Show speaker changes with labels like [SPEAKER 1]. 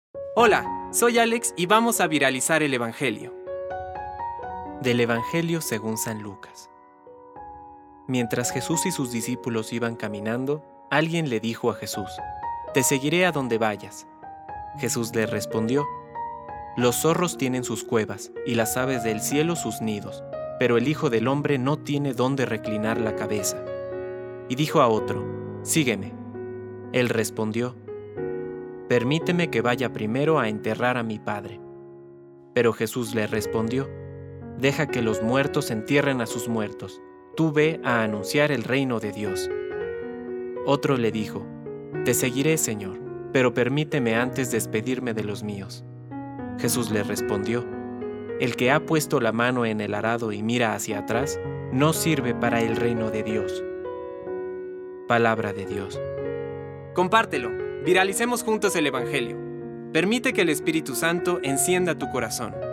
[SPEAKER 1] Hola, soy Alex y vamos a viralizar el Evangelio. Del Evangelio según San Lucas. Mientras Jesús y sus discípulos iban caminando, alguien le dijo a Jesús: «Te seguiré a donde vayas». Jesús le respondió: «Los zorros tienen sus cuevas y las aves del cielo sus nidos, pero el Hijo del Hombre no tiene dónde reclinar la cabeza». Y dijo a otro: «Sígueme». Él respondió: «Permíteme que vaya primero a enterrar a mi padre». Pero Jesús le respondió: «Deja que los muertos entierren a sus muertos. Tú ve a anunciar el reino de Dios». Otro le dijo: «Te seguiré, Señor, pero permíteme antes despedirme de los míos». Jesús le respondió: «El que ha puesto la mano en el arado y mira hacia atrás, no sirve para el reino de Dios». Palabra de Dios. Compártelo. Viralicemos juntos el Evangelio. Permite que el Espíritu Santo encienda tu corazón.